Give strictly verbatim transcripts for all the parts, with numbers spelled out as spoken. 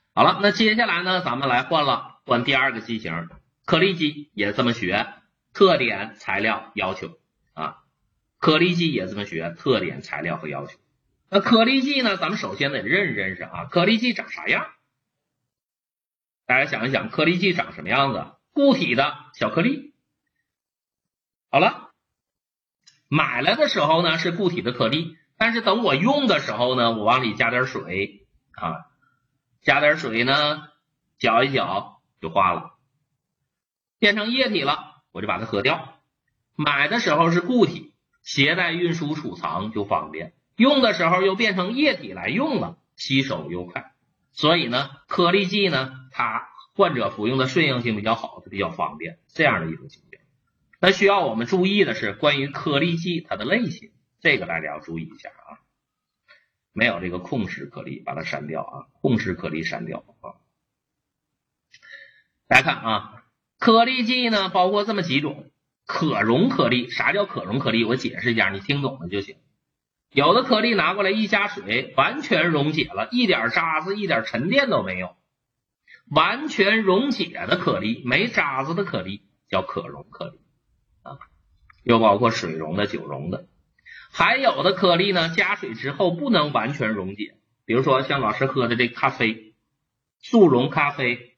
好了，那接下来呢，咱们来换了，换第二个机型，颗粒机也这么学，特点、材料、要求啊。颗粒机也这么学，特点、材料和要求。那颗粒机呢，咱们首先得认认识啊，颗粒机长啥样？大家想一想，颗粒机长什么样子？固体的小颗粒。好了，买来的时候呢是固体的颗粒，但是等我用的时候呢，我往里加点水啊，加点水呢，搅一搅就化了，变成液体了，我就把它喝掉。买的时候是固体，携带运输储藏就方便，用的时候又变成液体来用了，吸收又快。所以呢，颗粒剂呢，它患者服用的顺应性比较好，它比较方便，这样的一种情形。那需要我们注意的是关于颗粒剂它的类型，这个大家要注意一下啊。没有这个控式颗粒，把它删掉啊，控式颗粒删掉啊。大家看啊，颗粒剂呢包括这么几种，可溶颗粒，啥叫可溶颗粒？我解释一下，你听懂了就行。有的颗粒拿过来一加水，完全溶解了，一点渣子一点沉淀都没有。完全溶解的颗粒，没渣子的颗粒叫可溶颗粒啊，又包括水溶的、酒溶的。还有的颗粒呢，加水之后不能完全溶解，比如说像老师喝的这咖啡，速溶咖啡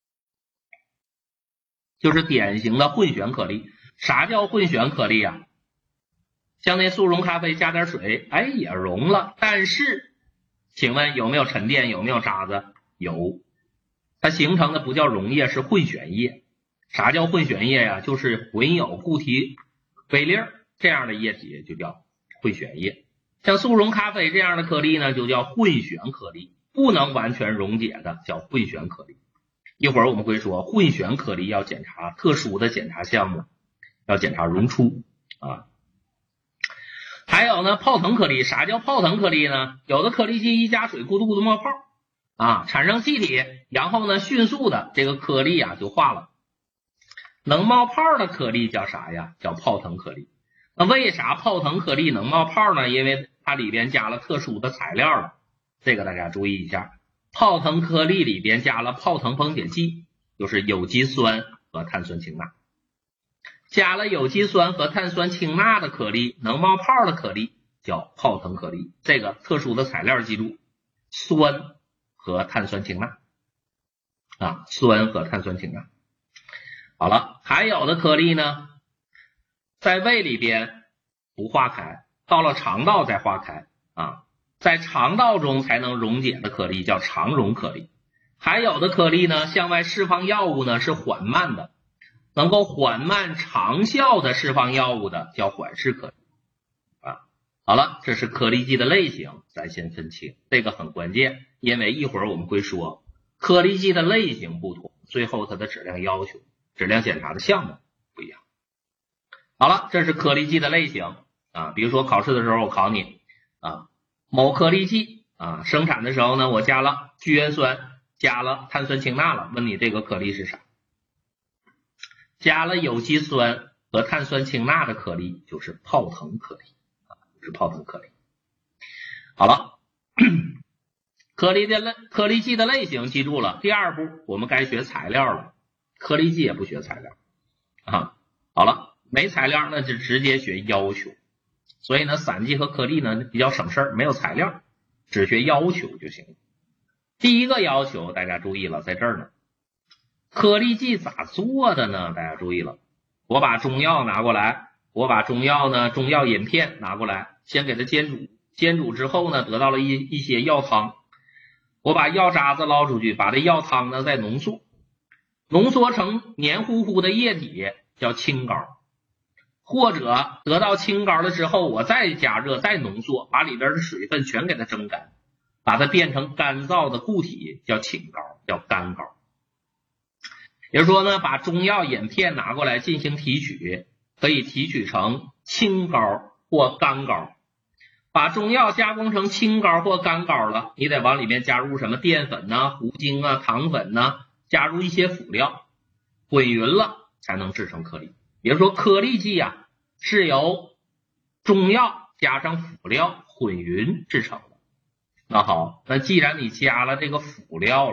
就是典型的混悬颗粒。啥叫混悬颗粒啊？像那速溶咖啡加点水，哎也溶了，但是请问有没有沉淀，有没有渣子？有，它形成的不叫溶液，是混悬液。啥叫混悬液呀？就是混有固体微粒这样的液体就叫混悬液。像速溶咖啡这样的颗粒呢，就叫混悬颗粒，不能完全溶解的叫混悬颗粒。一会儿我们会说混悬颗粒要检查特殊的检查项目，要检查溶出啊。还有呢，泡腾颗粒。啥叫泡腾颗粒呢？有的颗粒剂一加水咕嘟咕嘟冒泡啊，产生气体，然后呢迅速的这个颗粒啊就化了。能冒泡的颗粒叫啥呀？叫泡腾颗粒。那为啥泡腾颗粒能冒泡呢？因为它里边加了特殊的材料了，这个大家注意一下。泡腾颗粒里边加了泡腾崩解剂，就是有机酸和碳酸氢钠。加了有机酸和碳酸氢钠的颗粒，能冒泡的颗粒叫泡腾颗粒。这个特殊的材料记住，酸和碳酸氢钠啊，酸和碳酸氢钠。好了，还有的颗粒呢，在胃里边不化开，到了肠道再化开啊，在肠道中才能溶解的颗粒叫肠溶颗粒。还有的颗粒呢，向外释放药物呢是缓慢的，能够缓慢长效的释放药物的叫缓释颗粒啊。好了，这是颗粒剂的类型，咱先分清，这个很关键，因为一会儿我们会说颗粒剂的类型不同，最后它的质量要求、质量检查的项目不一样。好了，这是颗粒剂的类型啊。比如说考试的时候我考你啊，某颗粒剂啊，生产的时候呢，我加了聚氨酸，加了碳酸氢钠了，问你这个颗粒是啥？加了有机酸和碳酸氢钠的颗粒就是泡腾颗粒啊，就是泡腾颗粒。好了，颗粒的类颗粒剂的类型记住了。第二步我们该学材料了，颗粒剂也不学材料啊。好了，没材料那就直接学要求。所以呢，散剂和颗粒呢比较省事儿，没有材料，只学要求就行了。第一个要求大家注意了，在这儿呢。颗粒剂咋做的呢？大家注意了，我把中药拿过来，我把中药呢中药饮片拿过来，先给它煎煮，煎煮之后呢，得到了一一些药汤，我把药渣子捞出去，把这药汤呢再浓缩，浓缩成黏糊糊的液体叫清膏，或者得到清膏了之后，我再加热再浓缩，把里边的水分全给它蒸干，把它变成干燥的固体叫清膏，叫干膏。也就是说呢，把中药饮片拿过来进行提取，可以提取成清膏或干膏。把中药加工成清膏或干膏了，你得往里面加入什么淀粉啊、糊精啊、糖粉啊，加入一些辅料，混匀了才能制成颗粒。也就是说，颗粒剂啊是由中药加上辅料混匀制成的。那好，那既然你加了这个辅料了，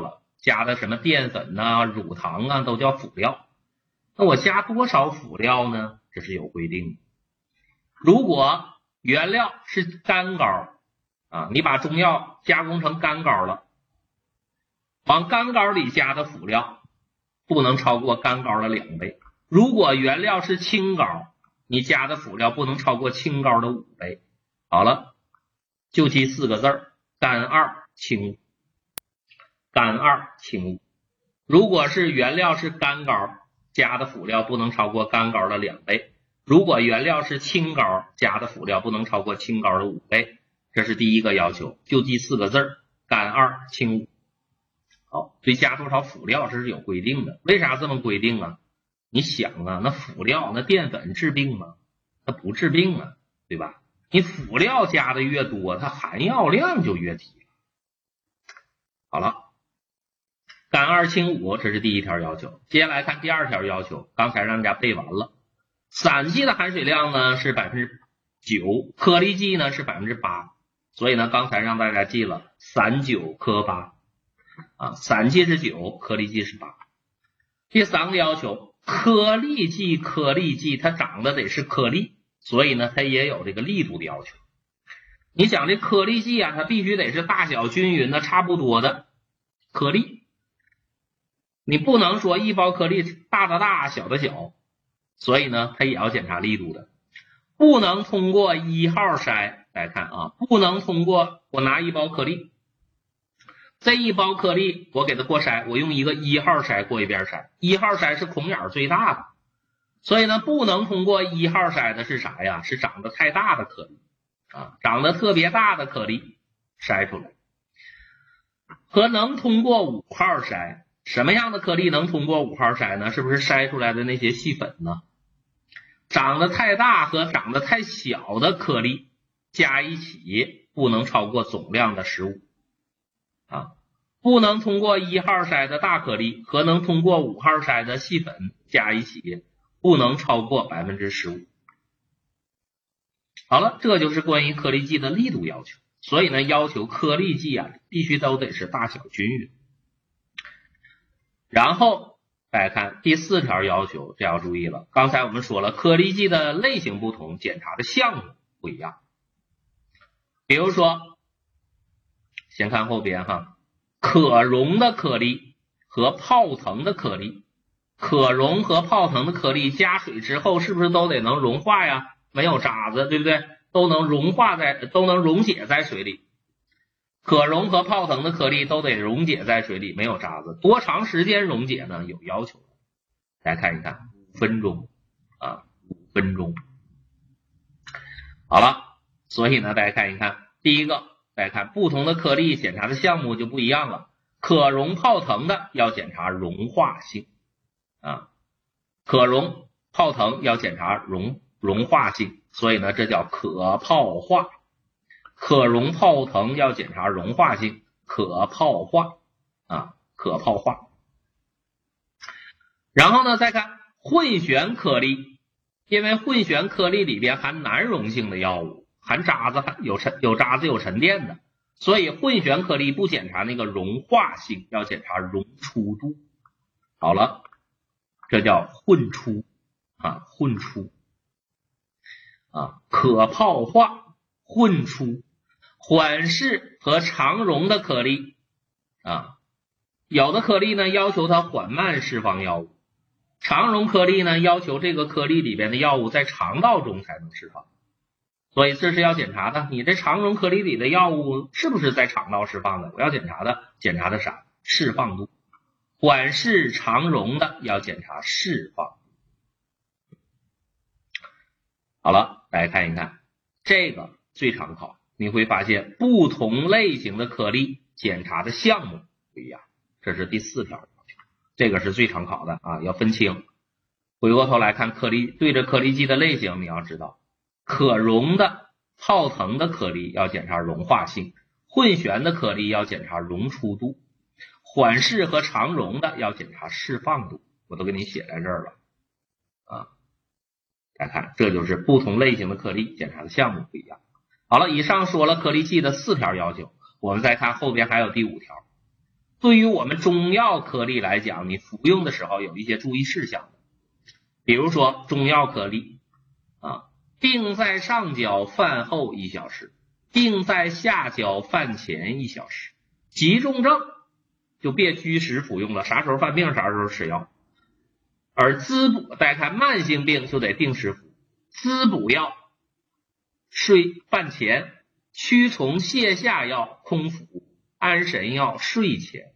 加的什么淀粉啊、乳糖啊都叫辅料。那我加多少辅料呢？这是有规定的。如果原料是干膏啊，你把中药加工成干膏了，往干膏里加的辅料不能超过干膏的两倍。如果原料是清膏，你加的辅料不能超过清膏的五倍。好了，就记四个字儿：干二清五。干二清五。如果是原料是干膏，加的辅料不能超过干膏的两倍。如果原料是清膏，加的辅料不能超过清膏的五倍。这是第一个要求，就记四个字儿：干二清五。好，对加多少辅料这是有规定的。为啥这么规定啊？你想啊，那辅料那淀粉治病吗？它不治病啊，对吧？你辅料加的越多，它含药量就越低。好了，干二清五，这是第一条要求。接下来看第二条要求，刚才让大家背完了。散剂的含水量呢是 百分之九， 颗粒剂呢是 百分之八， 所以呢刚才让大家记了散九颗八啊，散剂是九，颗粒剂是八。第三个要求，颗粒剂颗粒剂它长得得是颗粒，所以呢它也有这个力度的要求。你想这颗粒剂啊，它必须得是大小均匀的差不多的颗粒，你不能说一包颗粒大的大小的小，所以呢它也要检查力度的。不能通过一号筛，来看啊，不能通过我拿一包颗粒，这一包颗粒我给它过筛，我用一个一号筛过一边筛，一号筛是孔眼最大的，所以呢不能通过一号筛的是啥呀？是长得太大的颗粒啊，长得特别大的颗粒筛出来。和能通过五号筛，什么样的颗粒能通过五号筛呢？是不是筛出来的那些细粉呢？长得太大和长得太小的颗粒加一起不能超过总量的十五啊，不能通过一号筛的大颗粒和能通过五号筛的细粉加一起不能超过 百分之十五。 好了，这就是关于颗粒剂的力度要求。所以呢要求颗粒剂啊必须都得是大小均匀。然后再看第四条要求，这要注意了。刚才我们说了，颗粒剂的类型不同，检查的项目不一样。比如说先看后边哈，可溶的颗粒和泡腾的颗粒，可溶和泡腾的颗粒加水之后是不是都得能融化呀？没有渣子，对不对？都能融化在都能溶解在水里。可溶和泡腾的颗粒都得溶解在水里，没有渣子。多长时间溶解呢？有要求的。大家看一看，五分钟啊，五分钟。好了，所以呢，大家看一看，第一个，大家看不同的颗粒检查的项目就不一样了。可溶泡腾的要检查融化性啊，可溶泡腾要检查融融化性，所以呢，这叫可泡化。可溶泡腾要检查融化性，可泡化啊，可泡化。然后呢，再看混选颗粒，因为混选颗粒里边含难溶性的药物，含渣子，含有沉有渣子有沉淀的，所以混选颗粒不检查那个融化性，要检查溶出度。好了，这叫混出啊，混出啊，可泡化混出。缓释和常溶的颗粒啊，有的颗粒呢要求它缓慢释放药物，常溶颗粒呢要求这个颗粒里边的药物在肠道中才能释放，所以这是要检查的。你这常溶颗粒里的药物是不是在肠道释放的？我要检查的，检查的啥？释放度。缓释常溶的要检查释放。好了，大家看一看，这个最常考。你会发现不同类型的颗粒检查的项目不一样，这是第四条要求，这个是最常考的啊，要分清。回过头来看颗粒，对着颗粒剂的类型，你要知道，可溶的泡腾的颗粒要检查融化性，混悬的颗粒要检查溶出度，缓释和常溶的要检查释放度，我都给你写在这儿了啊。大家看，这就是不同类型的颗粒检查的项目不一样。好了，以上说了颗粒剂的四条要求，我们再看后边还有第五条。 对于我们中药颗粒来讲，你服用的时候有一些注意事项，比如说中药颗粒啊，定在上焦饭后一小时，定在下焦饭前一小时。急重症就别居食服用了，啥时候犯病啥时候吃药。而滋补，大家看慢性病就得定时服，滋补药睡饭前，驱虫泻下药空服，安神药睡前，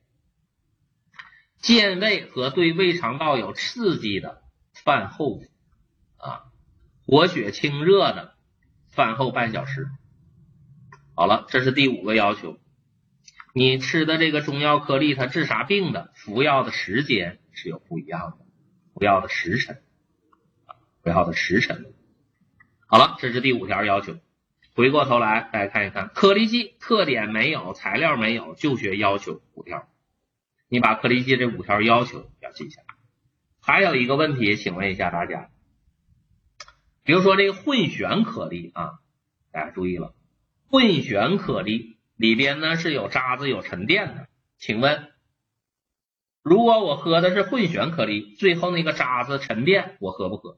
健胃和对胃肠道有刺激的饭后服啊，活血清热的饭后半小时。好了，这是第五个要求。你吃的这个中药颗粒它治啥病的，服药的时间是有不一样的，服药的时辰，服药的时辰。好了，这是第五条要求。回过头来大家看一看，颗粒剂特点没有，材料没有，就学要求五条。你把颗粒剂这五条要求要记下来。还有一个问题，请问一下大家，比如说这个混悬颗粒啊，大家注意了，混悬颗粒里边呢是有渣子有沉淀的，请问如果我喝的是混悬颗粒，最后那个渣子沉淀我喝不喝？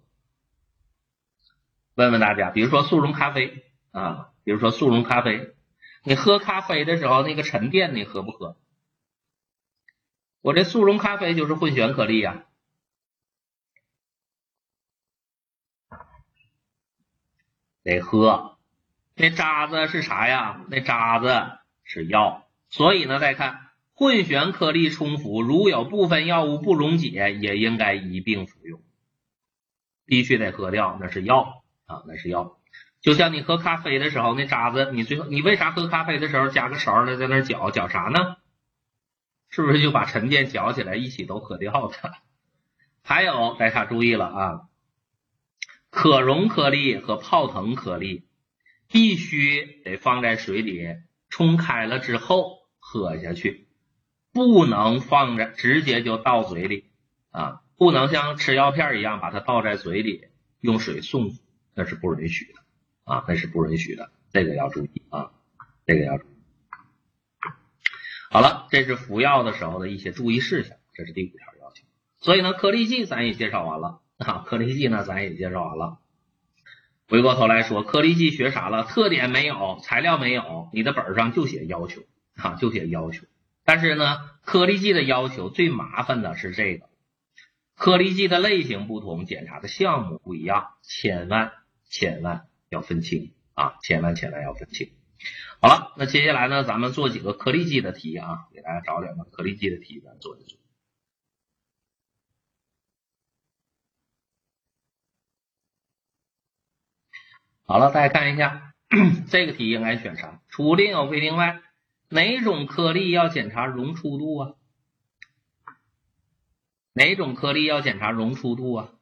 问问大家，比如说速溶咖啡啊，比如说速溶咖啡，你喝咖啡的时候那个沉淀你喝不喝？我这速溶咖啡就是混悬颗粒呀、啊，得喝。那渣子是啥呀？那渣子是药。所以呢，再看混悬颗粒冲服，如有部分药物不溶解，也应该一并服用，必须得喝掉，那是药啊，那是药。就像你喝咖啡的时候，那渣子，你最后你为啥喝咖啡的时候加个勺来在那搅搅啥呢？是不是就把沉淀搅起来一起都喝掉的？还有大家注意了啊，可溶颗粒和泡腾颗粒必须得放在水里冲开了之后喝下去，不能放着直接就倒嘴里啊，不能像吃药片一样把它倒在嘴里用水送服，那是不允许的啊，那是不允许的，这个要注意啊，这个要注意。好了，这是服药的时候的一些注意事项，这是第五条要求。所以呢，颗粒剂咱也介绍完了啊，颗粒剂呢咱也介绍完了。回过头来说，颗粒剂学啥了？特点没有，材料没有，你的本上就写要求啊，就写要求。但是呢，颗粒剂的要求最麻烦的是这个，颗粒剂的类型不同，检查的项目不一样，千万千万要分清啊，千万千万要分清。好了，那接下来呢，咱们做几个颗粒剂的题啊，给大家找两个颗粒剂的题咱做一做。好了，大家看一下这个题应该选啥？除另有规定外，哪种颗粒要检查溶出度啊？哪种颗粒要检查溶出度啊？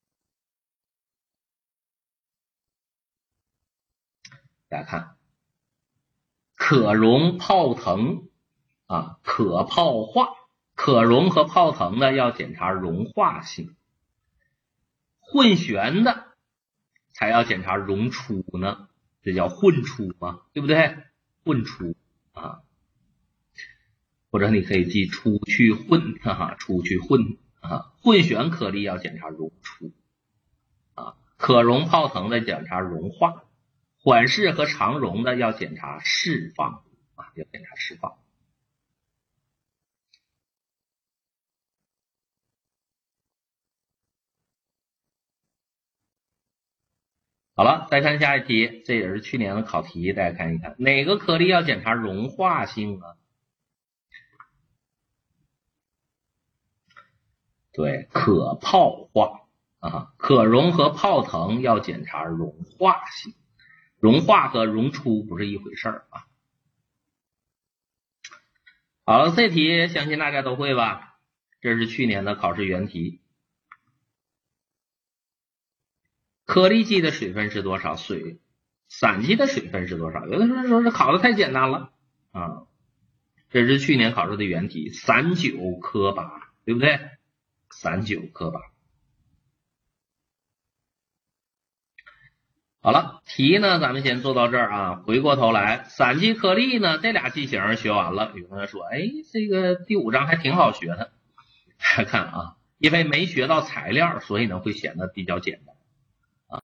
大家看，可溶泡腾啊，可泡化，可溶和泡腾的要检查溶化性，混悬的才要检查溶出呢，这叫混出嘛，对不对？混出啊，或者你可以记出去混哈，出去混啊。混悬颗粒要检查溶出啊，可溶泡腾的检查溶化，缓释和长溶的要检查释放啊，要检查释放。好了，再看下一题，这也是去年的考题，大家看一看，哪个颗粒要检查溶化性啊？对，可泡化啊，可溶和泡腾要检查溶化性，溶化和溶出不是一回事儿啊。好了，这题相信大家都会吧？这是去年的考试原题。颗粒剂的水分是多少？水散剂的水分是多少？有的时候说是考的太简单了啊。这是去年考试的原题，三九科八，对不对？三九科八。 好了，题呢咱们先做到这儿啊。回过头来，三级颗粒呢这俩剂型学完了，有同学说，哎，这个第五章还挺好学的。看啊，因为没学到材料，所以呢会显得比较简单。